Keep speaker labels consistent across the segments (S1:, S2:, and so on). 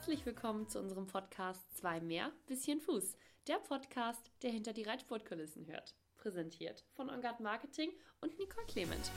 S1: Herzlich willkommen zu unserem Podcast 2 mehr, bisschen Fuß. Der Podcast, der hinter die Reitsportkulissen hört. Präsentiert von OnGuard Marketing und Nicole Clement.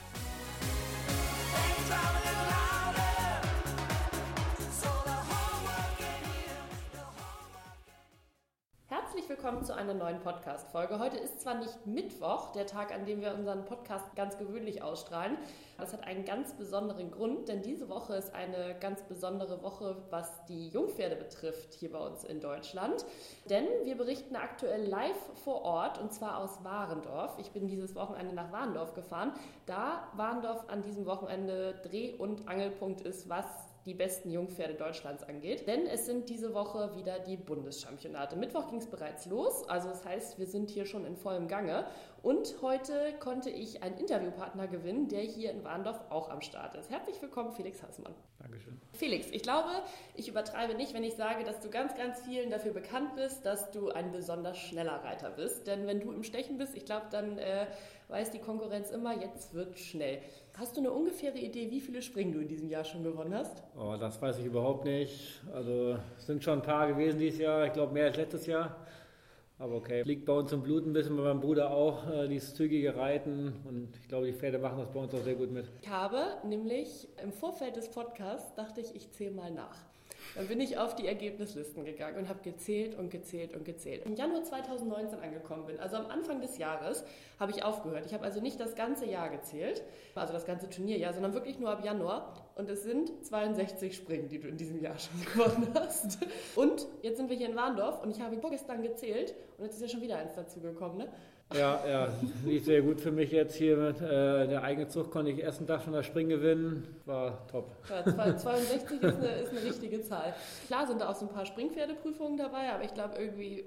S1: Herzlich willkommen zu einer neuen Podcast-Folge. Heute ist zwar nicht Mittwoch, der Tag, an dem wir unseren Podcast ganz gewöhnlich ausstrahlen. Das hat einen ganz besonderen Grund, denn diese Woche ist eine ganz besondere Woche, was die Jungpferde betrifft, hier bei uns in Deutschland. Denn wir berichten aktuell live vor Ort, und zwar aus Warendorf. Ich bin dieses Wochenende nach Warendorf gefahren, da Warendorf an diesem Wochenende Dreh- und Angelpunkt ist, was die besten Jungpferde Deutschlands angeht. Denn es sind diese Woche wieder die Bundeschampionate. Mittwoch ging es bereits los, also das heißt, wir sind hier schon in vollem Gange. Und heute konnte ich einen Interviewpartner gewinnen, der hier in Warendorf auch am Start ist. Herzlich willkommen, Felix Haßmann.
S2: Dankeschön.
S1: Felix, ich glaube, ich übertreibe nicht, wenn ich sage, dass du ganz, ganz vielen dafür bekannt bist, dass du ein besonders schneller Reiter bist. Denn wenn du im Stechen bist, ich glaube, dann weiß die Konkurrenz immer, jetzt wird schnell. Hast du eine ungefähre Idee, wie viele Springen du in diesem Jahr schon gewonnen hast?
S2: Oh, das weiß ich überhaupt nicht. Also es sind schon ein paar gewesen dieses Jahr, ich glaube mehr als letztes Jahr. Aber okay, liegt bei uns im Blut ein bisschen, bei meinem Bruder auch, dieses zügige Reiten. Und ich glaube, die Pferde machen das bei uns auch sehr gut mit.
S1: Ich habe nämlich im Vorfeld des Podcasts, dachte ich zähle mal nach. Dann bin ich auf die Ergebnislisten gegangen und habe gezählt und gezählt und gezählt. Im Januar 2019 angekommen bin, also am Anfang des Jahres, habe ich aufgehört. Ich habe also nicht das ganze Jahr gezählt, also das ganze Turnierjahr, sondern wirklich nur ab Januar. Und es sind 62 Springen, die du in diesem Jahr schon gewonnen hast. Und jetzt sind wir hier in Warendorf und ich habe vorgestern gezählt und jetzt ist ja schon wieder eins dazugekommen, ne?
S2: Ja, lief sehr gut für mich jetzt hier mit der eigenen Zucht, konnte ich ersten Tag schon das Springen gewinnen, war top.
S1: Ja, 62 ist eine richtige Zahl. Klar sind da auch so ein paar Springpferdeprüfungen dabei, aber ich glaube irgendwie,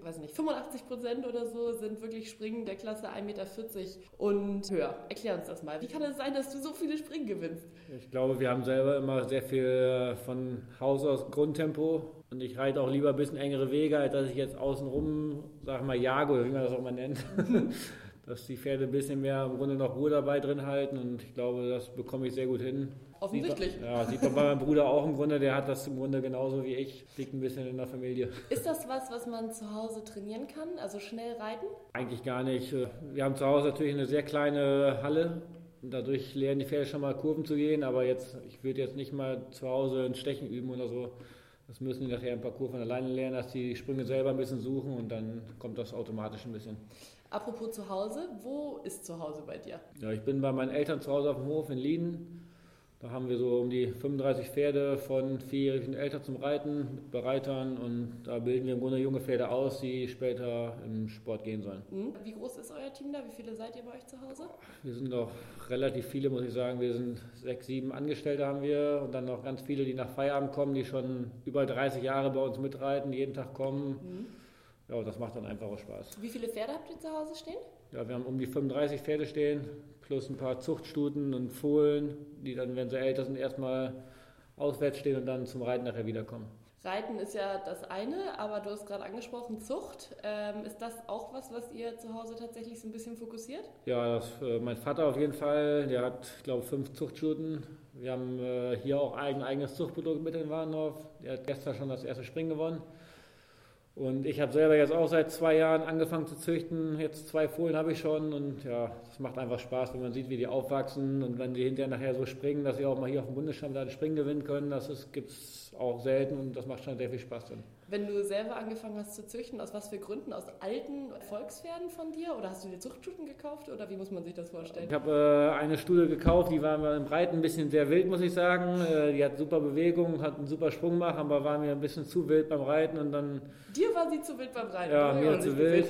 S1: 85% oder so sind wirklich Springen der Klasse 1,40 Meter und höher. Erklär uns das mal. Wie kann es sein, dass du so viele Springen gewinnst?
S2: Ich glaube, wir haben selber immer sehr viel von Haus aus Grundtempo und ich reite auch lieber ein bisschen engere Wege, als dass ich jetzt außenrum, sag ich mal, jage oder wie man das auch mal nennt. Dass die Pferde ein bisschen mehr im Grunde noch Ruhe dabei drin halten und ich glaube, das bekomme ich sehr gut hin.
S1: Offensichtlich.
S2: Sieht man bei meinem Bruder auch im Grunde, der hat das im Grunde genauso wie ich, liegt ein bisschen in der Familie.
S1: Ist das was man zu Hause trainieren kann, also schnell reiten?
S2: Eigentlich gar nicht. Wir haben zu Hause natürlich eine sehr kleine Halle. Dadurch lernen die Pferde schon mal Kurven zu gehen, aber ich würde jetzt nicht mal zu Hause ein Stechen üben oder so. Das müssen die nachher ein paar Kurven alleine lernen, dass die Sprünge selber ein bisschen suchen und dann kommt das automatisch ein bisschen.
S1: Apropos zu Hause, wo ist zu Hause bei dir?
S2: Ja, ich bin bei meinen Eltern zu Hause auf dem Hof in Lieden. Da haben wir so um die 35 Pferde von 4-jährigen Eltern zum Reiten mit Bereitern und da bilden wir im Grunde junge Pferde aus, die später im Sport gehen sollen.
S1: Wie groß ist euer Team da? Wie viele seid ihr bei euch zu Hause?
S2: Wir sind doch relativ viele, muss ich sagen. Wir sind 6, 7 Angestellte haben wir und dann noch ganz viele, die nach Feierabend kommen, die schon über 30 Jahre bei uns mitreiten, jeden Tag kommen. Ja, das macht dann einfach auch Spaß.
S1: Wie viele Pferde habt ihr zu Hause stehen?
S2: Ja, wir haben um die 35 Pferde stehen, plus ein paar Zuchtstuten und Fohlen, die dann, wenn sie älter sind, erstmal auswärts stehen und dann zum Reiten nachher wiederkommen.
S1: Reiten ist ja das eine, aber du hast gerade angesprochen, Zucht. Ist das auch was ihr zu Hause tatsächlich so ein bisschen fokussiert?
S2: Ja, mein Vater auf jeden Fall, der hat, ich glaube, 5 Zuchtstuten. Wir haben hier auch ein eigenes Zuchtprodukt mit in Warendorf. Der hat gestern schon das erste Springen gewonnen. Und ich habe selber jetzt auch seit 2 Jahren angefangen zu züchten. Jetzt 2 Fohlen habe ich schon und ja, das macht einfach Spaß, wenn man sieht, wie die aufwachsen und wenn die hinterher nachher so springen, dass sie auch mal hier auf dem Bundeschampionat Springen gewinnen können. Das gibt es auch selten und das macht schon sehr viel Spaß dann.
S1: Wenn du selber angefangen hast zu züchten, aus was für Gründen? Aus alten Volkspferden von dir oder hast du dir Zuchtstuten gekauft oder wie muss man sich das vorstellen?
S2: Ich habe eine Stute gekauft, die war mir im Reiten ein bisschen sehr wild, muss ich sagen. Die hat super Bewegung, hat einen super Sprungmach, aber war mir ein bisschen zu wild beim Reiten und dann...
S1: Dir war sie zu wild beim Reiten?
S2: Ja, mir zu wild.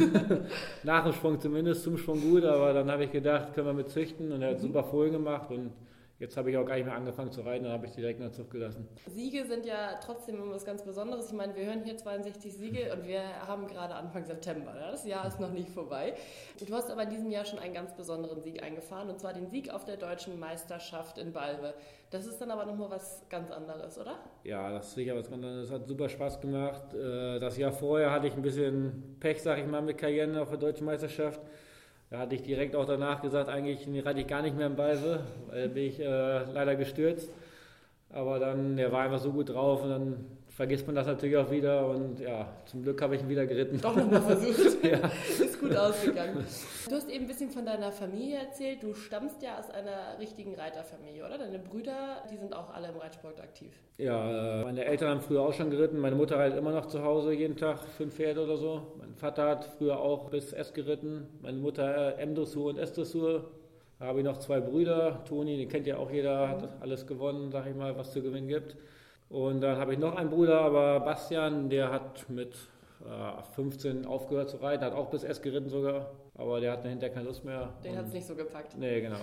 S2: Nach dem Sprung zumindest, zum Sprung gut, aber dann habe ich gedacht, können wir mit züchten und er hat super Fohlen gemacht und jetzt habe ich auch gar nicht mehr angefangen zu reiten, dann habe ich direkt in der Zucht gelassen. Siege
S1: sind ja trotzdem immer was ganz Besonderes. Ich meine, wir hören hier 62 Siege und wir haben gerade Anfang September. Ja? Das Jahr ist noch nicht vorbei. Du hast aber in diesem Jahr schon einen ganz besonderen Sieg eingefahren und zwar den Sieg auf der Deutschen Meisterschaft in Balve. Das ist dann aber nochmal was ganz anderes, oder? Ja, das ist sicher was ganz anderes. Das hat super Spaß gemacht. Das Jahr vorher hatte ich ein bisschen Pech, sag ich mal, mit Cayenne auf der Deutschen Meisterschaft. Da hatte ich direkt auch danach gesagt, eigentlich reite ich gar nicht mehr im Balve, weil bin ich leider gestürzt. Aber dann, der war einfach so gut drauf und dann
S2: vergisst man das natürlich auch wieder und ja, zum Glück habe ich ihn wieder geritten.
S1: Doch nochmal versucht.
S2: Ja.
S1: Ist gut ausgegangen. Du hast eben ein bisschen von deiner Familie erzählt. Du stammst ja aus einer richtigen Reiterfamilie, oder? Deine Brüder, die sind auch alle im Reitsport aktiv.
S2: Ja, meine Eltern haben früher auch schon geritten. Meine Mutter reitet immer noch zu Hause jeden Tag 5 Pferde oder so. Mein Vater hat früher auch bis S geritten. Meine Mutter M-Dressur und S-Dressur. Da habe ich noch 2 Brüder. Toni, den kennt ja auch jeder, hat alles gewonnen, sag ich mal, was zu gewinnen gibt. Und dann habe ich noch einen Bruder, aber Bastian, der hat mit 15 aufgehört zu reiten, hat auch bis S geritten sogar, aber der hat hinterher keine Lust mehr.
S1: Den hat es nicht so gepackt.
S2: Nee, genau.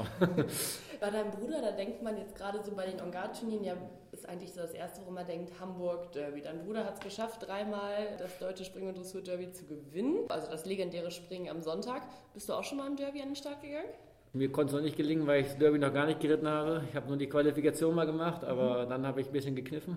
S1: Bei deinem Bruder, da denkt man jetzt gerade so bei den Engard-Turnieren, ja, ist eigentlich so das Erste, wo man denkt, Hamburg Derby. Dein Bruder hat es geschafft, 3-mal das deutsche Spring- und Dressur-Derby zu gewinnen, also das legendäre Springen am Sonntag. Bist du auch schon mal im Derby an den Start gegangen?
S2: Mir konnte es noch nicht gelingen, weil ich das Derby noch gar nicht geritten habe. Ich habe nur die Qualifikation mal gemacht, aber dann habe ich ein bisschen gekniffen.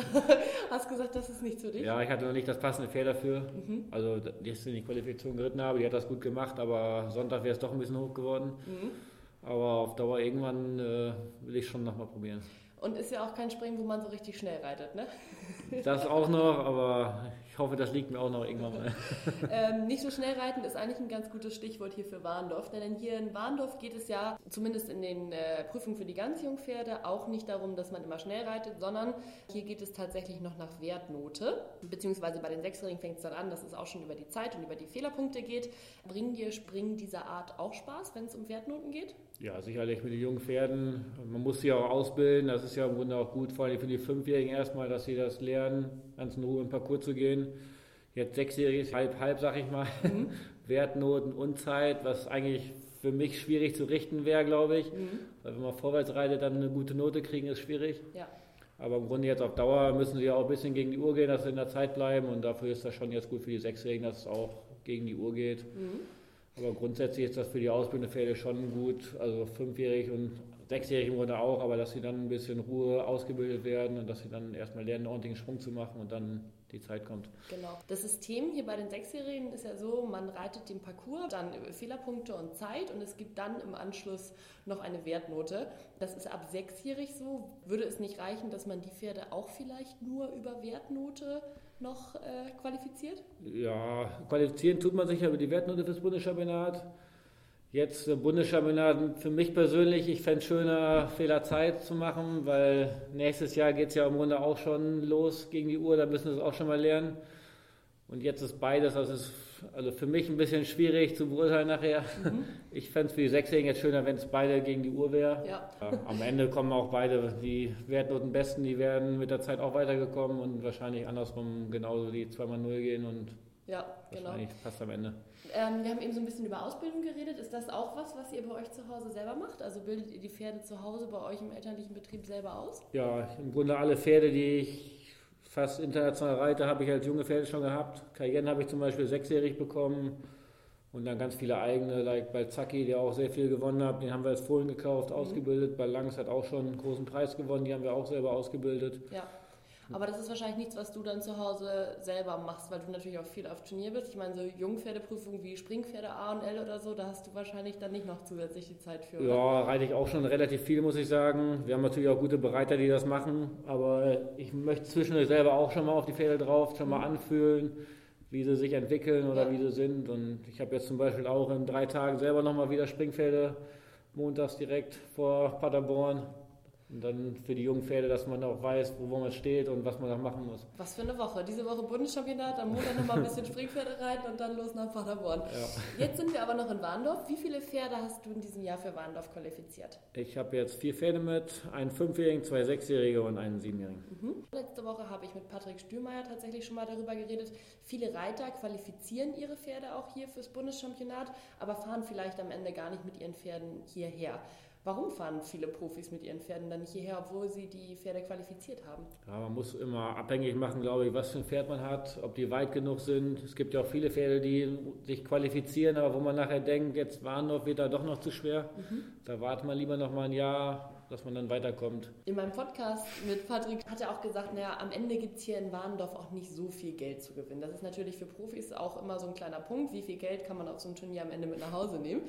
S1: Hast gesagt, das ist nichts für dich?
S2: Ja, ich hatte noch nicht das passende Pferd dafür. Also die Qualifikation geritten habe, die hat das gut gemacht, aber Sonntag wäre es doch ein bisschen hoch geworden. Aber auf Dauer irgendwann will ich schon nochmal probieren.
S1: Und ist ja auch kein Springen, wo man so richtig schnell reitet, ne?
S2: Das auch noch, aber ich hoffe, das liegt mir auch noch irgendwann mal.
S1: Nicht so schnell reiten ist eigentlich ein ganz gutes Stichwort hier für Warndorf, denn hier in Warndorf geht es ja, zumindest in den Prüfungen für die ganz jungen Pferde, auch nicht darum, dass man immer schnell reitet, sondern hier geht es tatsächlich noch nach Wertnote, beziehungsweise bei den 6-Jährigen fängt es dann an, dass es auch schon über die Zeit und über die Fehlerpunkte geht. Bringen dir Springen dieser Art auch Spaß, wenn es um Wertnoten geht?
S2: Ja, sicherlich mit den jungen Pferden. Man muss sie auch ausbilden. Das ist ja im Grunde auch gut, vor allem für die 5-Jährigen erstmal, dass sie das lernen, ganz in Ruhe im Parcours zu gehen. Jetzt 6-Jähriges, halb, sag ich mal. Wertnoten und Zeit, was eigentlich für mich schwierig zu richten wäre, glaube ich. Weil wenn man vorwärts reitet, dann eine gute Note kriegen, ist schwierig.
S1: Ja.
S2: Aber im Grunde jetzt auf Dauer müssen sie ja auch ein bisschen gegen die Uhr gehen, dass sie in der Zeit bleiben. Und dafür ist das schon jetzt gut für die 6-Jährigen, dass es auch gegen die Uhr geht. Aber grundsätzlich ist das für die ausbildenden Pferde schon gut, also 5-jährig und 6-jährig im Grunde auch, aber dass sie dann ein bisschen Ruhe ausgebildet werden und dass sie dann erstmal lernen, einen ordentlichen Sprung zu machen und dann die Zeit kommt.
S1: Genau. Das System hier bei den 6-Jährigen ist ja so, man reitet den Parcours, dann Fehlerpunkte und Zeit und es gibt dann im Anschluss noch eine Wertnote. Das ist ab 6-jährig so. Würde es nicht reichen, dass man die Pferde auch vielleicht nur über Wertnote noch qualifiziert?
S2: Ja, qualifizieren tut man sich ja über die Wertnote fürs Bundeschampionat. Jetzt Bundeschampionat für mich persönlich, ich fände es schöner, Fehlerzeit zu machen, weil nächstes Jahr geht es ja im Grunde auch schon los gegen die Uhr, da müssen wir es auch schon mal lernen. Und jetzt ist beides, das ist also für mich ein bisschen schwierig zu beurteilen nachher. Ich fände es für die 6-Jährigen jetzt schöner, wenn es beide gegen die Uhr wäre.
S1: Ja.
S2: Am Ende kommen auch beide, die Wertnotenbesten, die werden mit der Zeit auch weitergekommen und wahrscheinlich andersrum genauso die 2x0 gehen und
S1: ja, genau.
S2: wahrscheinlich passt am Ende.
S1: Wir haben eben so ein bisschen über Ausbildung geredet. Ist das auch was ihr bei euch zu Hause selber macht? Also bildet ihr die Pferde zu Hause bei euch im elterlichen Betrieb selber aus?
S2: Ja, im Grunde alle Pferde, die ich fast international reite, habe ich als junge Pferde schon gehabt. Cayenne habe ich zum Beispiel 6-jährig bekommen und dann ganz viele eigene, like Balzacchi, der auch sehr viel gewonnen hat. Den haben wir als Fohlen gekauft, ausgebildet. Ballangs hat auch schon einen großen Preis gewonnen, die haben wir auch selber ausgebildet.
S1: Ja. Aber das ist wahrscheinlich nichts, was du dann zu Hause selber machst, weil du natürlich auch viel auf Turnier bist. Ich meine, so Jungpferdeprüfungen wie Springpferde A und L oder so, da hast du wahrscheinlich dann nicht noch zusätzlich die Zeit für. Oder?
S2: Ja, reite ich auch schon relativ viel, muss ich sagen. Wir haben natürlich auch gute Bereiter, die das machen, aber ich möchte zwischendurch selber auch schon mal auf die Pferde drauf, schon mal anfühlen, wie sie sich entwickeln oder wie sie sind. Und ich habe jetzt zum Beispiel auch in 3 Tagen selber nochmal wieder Springpferde, montags direkt vor Paderborn. Und dann für die jungen Pferde, dass man auch weiß, wo man steht und was man da machen muss.
S1: Was für eine Woche. Diese Woche Bundeschampionat, am Montag nochmal ein bisschen Springpferde reiten und dann los nach Paderborn. Ja. Jetzt sind wir aber noch in Warndorf. Wie viele Pferde hast du in diesem Jahr für Warndorf qualifiziert?
S2: Ich habe jetzt 4 Pferde mit, einen 5-jährigen, 2 6-jährige und einen 7-jährigen.
S1: Letzte Woche habe ich mit Patrick Stürmeier tatsächlich schon mal darüber geredet. Viele Reiter qualifizieren ihre Pferde auch hier fürs Bundeschampionat, aber fahren vielleicht am Ende gar nicht mit ihren Pferden hierher. Warum fahren viele Profis mit ihren Pferden dann nicht hierher, obwohl sie die Pferde qualifiziert haben?
S2: Ja, man muss immer abhängig machen, glaube ich, was für ein Pferd man hat, ob die weit genug sind. Es gibt ja auch viele Pferde, die sich qualifizieren, aber wo man nachher denkt, jetzt Warndorf wird da doch noch zu schwer. Da wartet man lieber noch mal ein Jahr, dass man dann weiterkommt.
S1: In meinem Podcast mit Patrick hat er auch gesagt, naja, am Ende gibt es hier in Warndorf auch nicht so viel Geld zu gewinnen. Das ist natürlich für Profis auch immer so ein kleiner Punkt. Wie viel Geld kann man auf so einem Turnier am Ende mit nach Hause nehmen?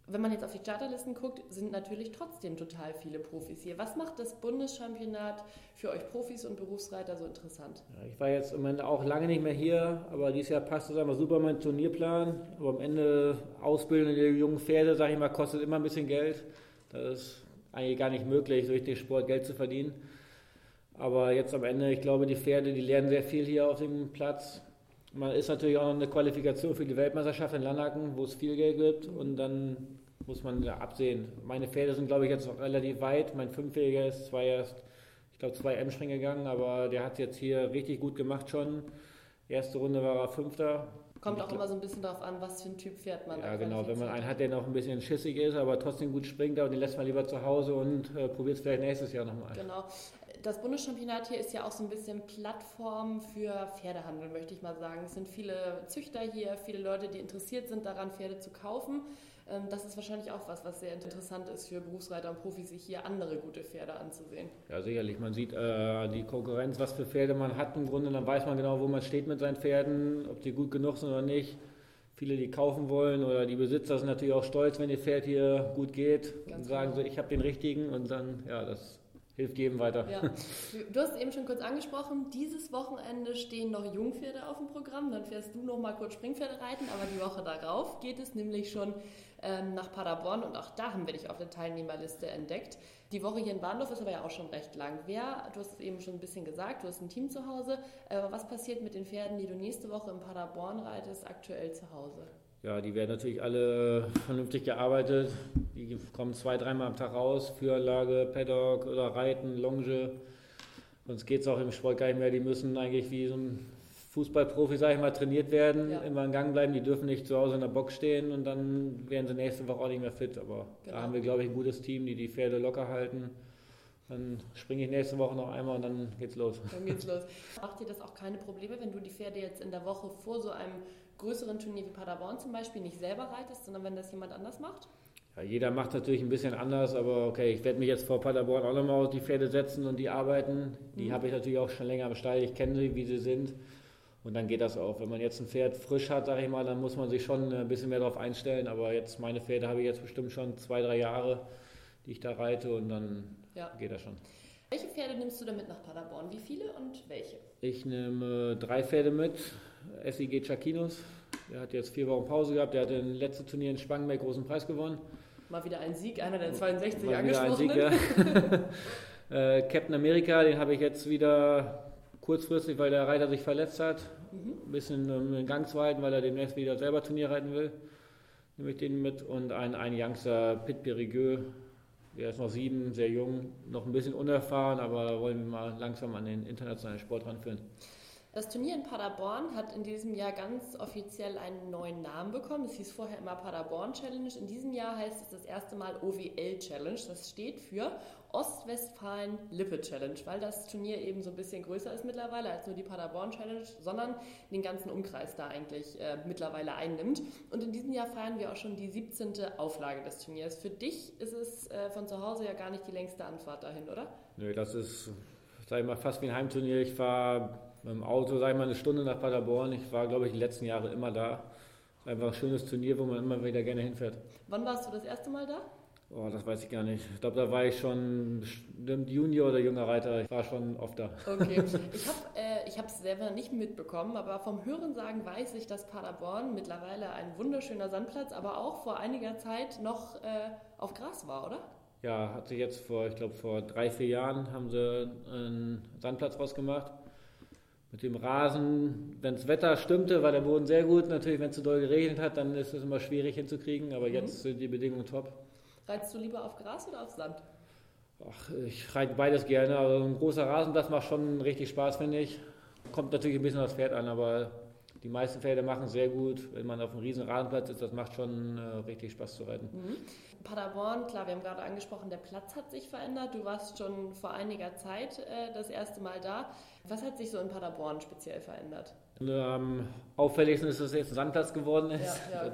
S1: Wenn man jetzt auf die Starterlisten guckt, sind natürlich trotzdem total viele Profis hier. Was macht das Bundeschampionat für euch Profis und Berufsreiter so interessant?
S2: Ja, ich war jetzt im Moment auch lange nicht mehr hier, aber dieses Jahr passt es einfach super mein Turnierplan. Aber am Ende Ausbilden der jungen Pferde, sage ich mal, kostet immer ein bisschen Geld. Das ist eigentlich gar nicht möglich, durch den Sport Geld zu verdienen. Aber jetzt am Ende, ich glaube, die Pferde, die lernen sehr viel hier auf dem Platz. Man ist natürlich auch noch eine Qualifikation für die Weltmeisterschaft in Lannaken, wo es viel Geld gibt und dann muss man ja absehen. Meine Pferde sind, glaube ich, jetzt noch relativ weit. Mein Fünfjähriger ist zwar erst, ich glaube, 2 M-Springen gegangen, aber der hat es jetzt hier richtig gut gemacht schon. Erste Runde war er Fünfter.
S1: Kommt auch immer so ein bisschen darauf an, was für ein Typ Pferd man
S2: Ja, genau. Wenn man einen hat, der noch ein bisschen schissig ist, aber trotzdem gut springt, aber den lässt man lieber zu Hause und probiert es vielleicht nächstes Jahr nochmal.
S1: Genau. Das Bundeschampionat hier ist ja auch so ein bisschen Plattform für Pferdehandel, möchte ich mal sagen. Es sind viele Züchter hier, viele Leute, die interessiert sind daran, Pferde zu kaufen. Das ist wahrscheinlich auch was sehr interessant ist für Berufsreiter und Profis, sich hier andere gute Pferde anzusehen.
S2: Ja, sicherlich. Man sieht die Konkurrenz, was für Pferde man hat im Grunde. Dann weiß man genau, wo man steht mit seinen Pferden, ob die gut genug sind oder nicht. Viele, die kaufen wollen oder die Besitzer sind natürlich auch stolz, wenn ihr Pferd hier gut geht. Ganz und sagen so, ich habe den richtigen und dann, ja, das hilft jedem weiter.
S1: Ja. Du hast eben schon kurz angesprochen, dieses Wochenende stehen noch Jungpferde auf dem Programm, dann fährst du noch mal kurz Springpferde reiten, aber die Woche darauf geht es nämlich schon nach Paderborn und auch da haben wir dich auf der Teilnehmerliste entdeckt. Die Woche hier in Warndorf ist aber ja auch schon recht lang. Du hast es eben schon ein bisschen gesagt, du hast ein Team zu Hause. Was passiert mit den Pferden, die du nächste Woche in Paderborn reitest, aktuell zu Hause?
S2: Ja, die werden natürlich alle vernünftig gearbeitet. Die kommen 2-3 Mal am Tag raus, Führanlage, Paddock oder Reiten, Longe. Sonst geht es auch im Sport gar nicht mehr. Die müssen eigentlich wie so ein Fußballprofi, sage ich mal, trainiert werden, immer in Gang bleiben. Die dürfen nicht zu Hause in der Box stehen und dann werden sie nächste Woche auch nicht mehr fit. Aber da haben wir, glaube ich, ein gutes Team, die Pferde locker halten. Dann springe ich nächste Woche noch einmal und dann geht's los.
S1: Dann geht's los. Macht dir das auch keine Probleme, wenn du die Pferde jetzt in der Woche vor so einem größeren Turnier wie Paderborn zum Beispiel nicht selber reitest, sondern wenn das jemand anders macht?
S2: Ja, jeder macht natürlich ein bisschen anders, aber okay, ich werde mich jetzt vor Paderborn auch nochmal auf die Pferde setzen und die arbeiten. Die habe ich natürlich auch schon länger am Stall, ich kenne sie, wie sie sind. Und dann geht das auch. Wenn man jetzt ein Pferd frisch hat, sage ich mal, dann muss man sich schon ein bisschen mehr darauf einstellen. Aber jetzt meine Pferde habe ich jetzt bestimmt schon 2-3 Jahre, die ich da reite und dann geht das schon.
S1: Welche Pferde nimmst du damit nach Paderborn? Wie viele und welche?
S2: Ich nehme 3 Pferde mit. SIG Chakinos. Der hat jetzt 4 Wochen Pause gehabt. Der hat den letzten Turnier in Spangenberg großen Preis gewonnen.
S1: Mal wieder ein Sieg, einer der 62
S2: Mal
S1: angesprochenen.
S2: wieder ein Sieg, ja. Captain America, den habe ich jetzt wieder kurzfristig, weil der Reiter sich verletzt hat. Ein bisschen in Gang zu halten, weil er demnächst wieder selber Turnier reiten will. Nehme ich den mit. Und ein Youngster, Pit Périgueux. Der ist noch 7, sehr jung, noch ein bisschen unerfahren, aber wollen wir mal langsam an den internationalen Sport ranführen.
S1: Das Turnier in Paderborn hat in diesem Jahr ganz offiziell einen neuen Namen bekommen. Es hieß vorher immer Paderborn Challenge. In diesem Jahr heißt es das erste Mal OWL Challenge. Das steht für Ostwestfalen-Lippe Challenge, weil das Turnier eben so ein bisschen größer ist mittlerweile als nur die Paderborn Challenge, sondern den ganzen Umkreis da eigentlich mittlerweile einnimmt. Und in diesem Jahr feiern wir auch schon die 17. Auflage des Turniers. Für dich ist es von zu Hause ja gar nicht die längste Anfahrt dahin, oder?
S2: Nö, das ist, sag ich mal, fast wie ein Heimturnier. Ich fahre mit dem Auto, sag ich mal, eine Stunde nach Paderborn. Ich war, glaube ich, die letzten Jahre immer da. Einfach ein schönes Turnier, wo man immer wieder gerne hinfährt.
S1: Wann warst du das erste Mal da?
S2: Oh, das weiß ich gar nicht. Ich glaube, da war ich schon bestimmt Junior oder junger Reiter. Ich war schon oft da.
S1: Okay. Ich habe es selber nicht mitbekommen, aber vom Hörensagen weiß ich, dass Paderborn mittlerweile ein wunderschöner Sandplatz, aber auch vor einiger Zeit noch auf Gras war, oder?
S2: Ja, hat sich jetzt vor 3-4 Jahren haben sie einen Sandplatz rausgemacht. Mit dem Rasen, wenn das Wetter stimmte, war der Boden sehr gut. Natürlich, wenn es zu doll geregnet hat, dann ist es immer schwierig hinzukriegen, aber jetzt sind die Bedingungen top.
S1: Reitest du lieber auf Gras oder auf Sand?
S2: Ach, ich reite beides gerne, aber ein großer Rasenplatz macht schon richtig Spaß, finde ich. Kommt natürlich ein bisschen aufs Pferd an, aber die meisten Pferde machen es sehr gut. Wenn man auf einem riesen Rasenplatz ist, das macht schon richtig Spaß zu reiten.
S1: Paderborn, klar, wir haben gerade angesprochen, der Platz hat sich verändert. Du warst schon vor einiger Zeit das erste Mal da. Was hat sich so in Paderborn speziell verändert?
S2: Am auffälligsten ist, dass es jetzt ein Sandplatz geworden ist.
S1: Ja,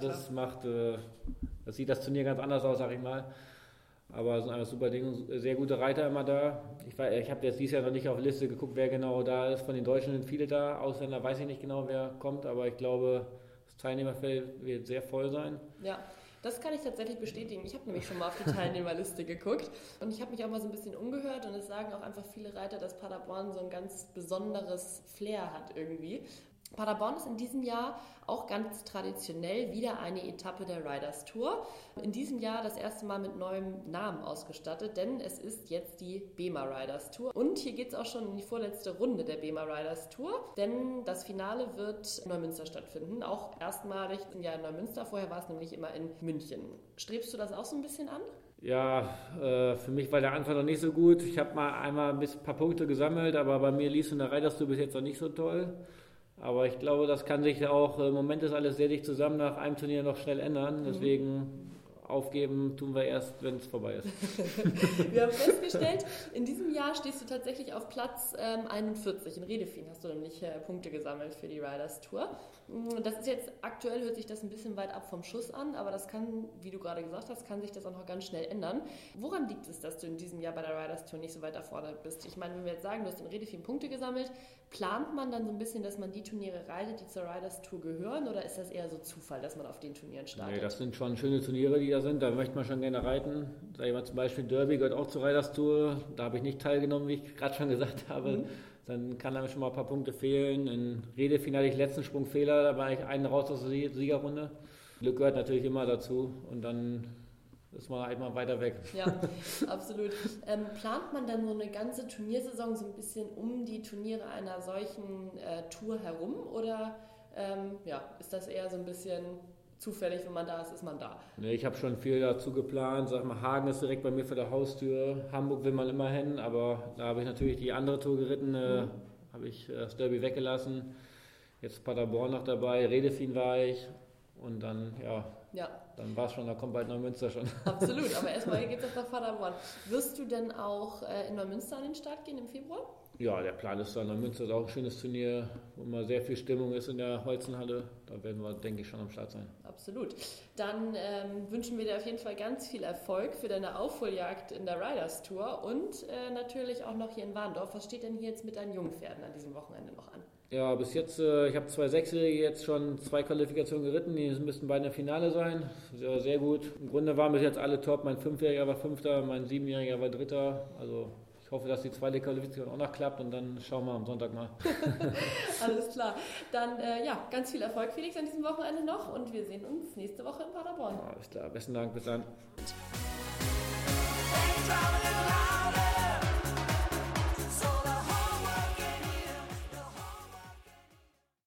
S2: das sieht das Turnier ganz anders aus, sag ich mal. Aber es sind einfach super Dinge, sehr gute Reiter immer da. Ich habe jetzt dieses Jahr noch nicht auf die Liste geguckt, wer genau da ist. Von den Deutschen sind viele da, Ausländer weiß ich nicht genau, wer kommt, aber ich glaube, das Teilnehmerfeld wird sehr voll sein.
S1: Ja, Das kann ich tatsächlich bestätigen. Ich habe nämlich schon mal auf die Teilnehmerliste geguckt und ich habe mich auch mal so ein bisschen umgehört und es sagen auch einfach viele Reiter, dass Paderborn so ein ganz besonderes Flair hat irgendwie. Paderborn ist in diesem Jahr auch ganz traditionell wieder eine Etappe der Riders Tour. In diesem Jahr das erste Mal mit neuem Namen ausgestattet, denn es ist jetzt die BEMA Riders Tour. Und hier geht es auch schon in die vorletzte Runde der BEMA Riders Tour, denn das Finale wird in Neumünster stattfinden. Auch erstmalig ein Jahr in Neumünster, vorher war es nämlich immer in München. Strebst du das auch so ein bisschen an?
S2: Ja, für mich war der Anfang noch nicht so gut. Ich habe mal einmal ein paar Punkte gesammelt, aber bei mir lief es in der Riders Tour bis jetzt noch nicht so toll. Aber ich glaube, das kann sich auch, im Moment ist alles sehr dicht zusammen, nach einem Turnier noch schnell ändern. Deswegen aufgeben tun wir erst, wenn es vorbei ist.
S1: Wir haben festgestellt, in diesem Jahr stehst du tatsächlich auf Platz 41. In Redefin hast du nämlich Punkte gesammelt für die Riders Tour. Das ist jetzt, aktuell hört sich das ein bisschen weit ab vom Schuss an, aber das kann, wie du gerade gesagt hast, kann sich das auch noch ganz schnell ändern. Woran liegt es, dass du in diesem Jahr bei der Riders Tour nicht so weit da vorne bist? Ich meine, wenn wir jetzt sagen, du hast in Redefin Punkte gesammelt, plant man dann so ein bisschen, dass man die Turniere reitet, die zur Riders Tour gehören, oder ist das eher so Zufall, dass man auf den Turnieren startet?
S2: Nee, das sind schon schöne Turniere, die da sind. Da möchte man schon gerne reiten. Sag ich mal, zum Beispiel Derby gehört auch zur Riders Tour. Da habe ich nicht teilgenommen, wie ich gerade schon gesagt habe. Dann kann einem schon mal ein paar Punkte fehlen. In Redefin hatte ich letzten Sprungfehler, da war ich einen raus aus der Siegerrunde. Glück gehört natürlich immer dazu und dann ist man halt mal weiter weg.
S1: Ja, absolut. Plant man dann so eine ganze Turniersaison so ein bisschen um die Turniere einer solchen Tour herum oder ist das eher so ein bisschen zufällig, wenn man da ist, ist man da?
S2: Nee, ich habe schon viel dazu geplant. Sag mal, Hagen ist direkt bei mir vor der Haustür. Hamburg will man immer hin, aber da habe ich natürlich die andere Tour geritten, habe ich das Derby weggelassen. Jetzt Paderborn noch dabei, Redefin war ich und dann, dann war es schon, da kommt bald Neumünster schon.
S1: Absolut, aber erstmal geht es jetzt nach Paderborn. Wirst du denn auch in Neumünster an den Start gehen im Februar?
S2: Ja, der Plan ist da. Neumünster ist auch ein schönes Turnier, wo immer sehr viel Stimmung ist in der Holzenhalle. Da werden wir, denke ich, schon am Start sein.
S1: Absolut. Dann wünschen wir dir auf jeden Fall ganz viel Erfolg für deine Aufholjagd in der Riders Tour und natürlich auch noch hier in Warndorf. Was steht denn hier jetzt mit deinen Jungpferden an diesem Wochenende noch an?
S2: Ja, bis jetzt, ich habe 2 Sechsjährige jetzt schon 2 Qualifikationen geritten, die müssten beide im Finale sein. Ja, sehr gut. Im Grunde waren bis jetzt alle top. Mein 5-Jähriger war 5., mein 7-Jähriger war 3. Also ich hoffe, dass die zweite Qualifikation auch noch klappt und dann schauen wir am Sonntag mal.
S1: Alles klar. Dann ganz viel Erfolg, Felix, an diesem Wochenende noch und wir sehen uns nächste Woche in Paderborn.
S2: Alles klar, besten Dank, bis dann.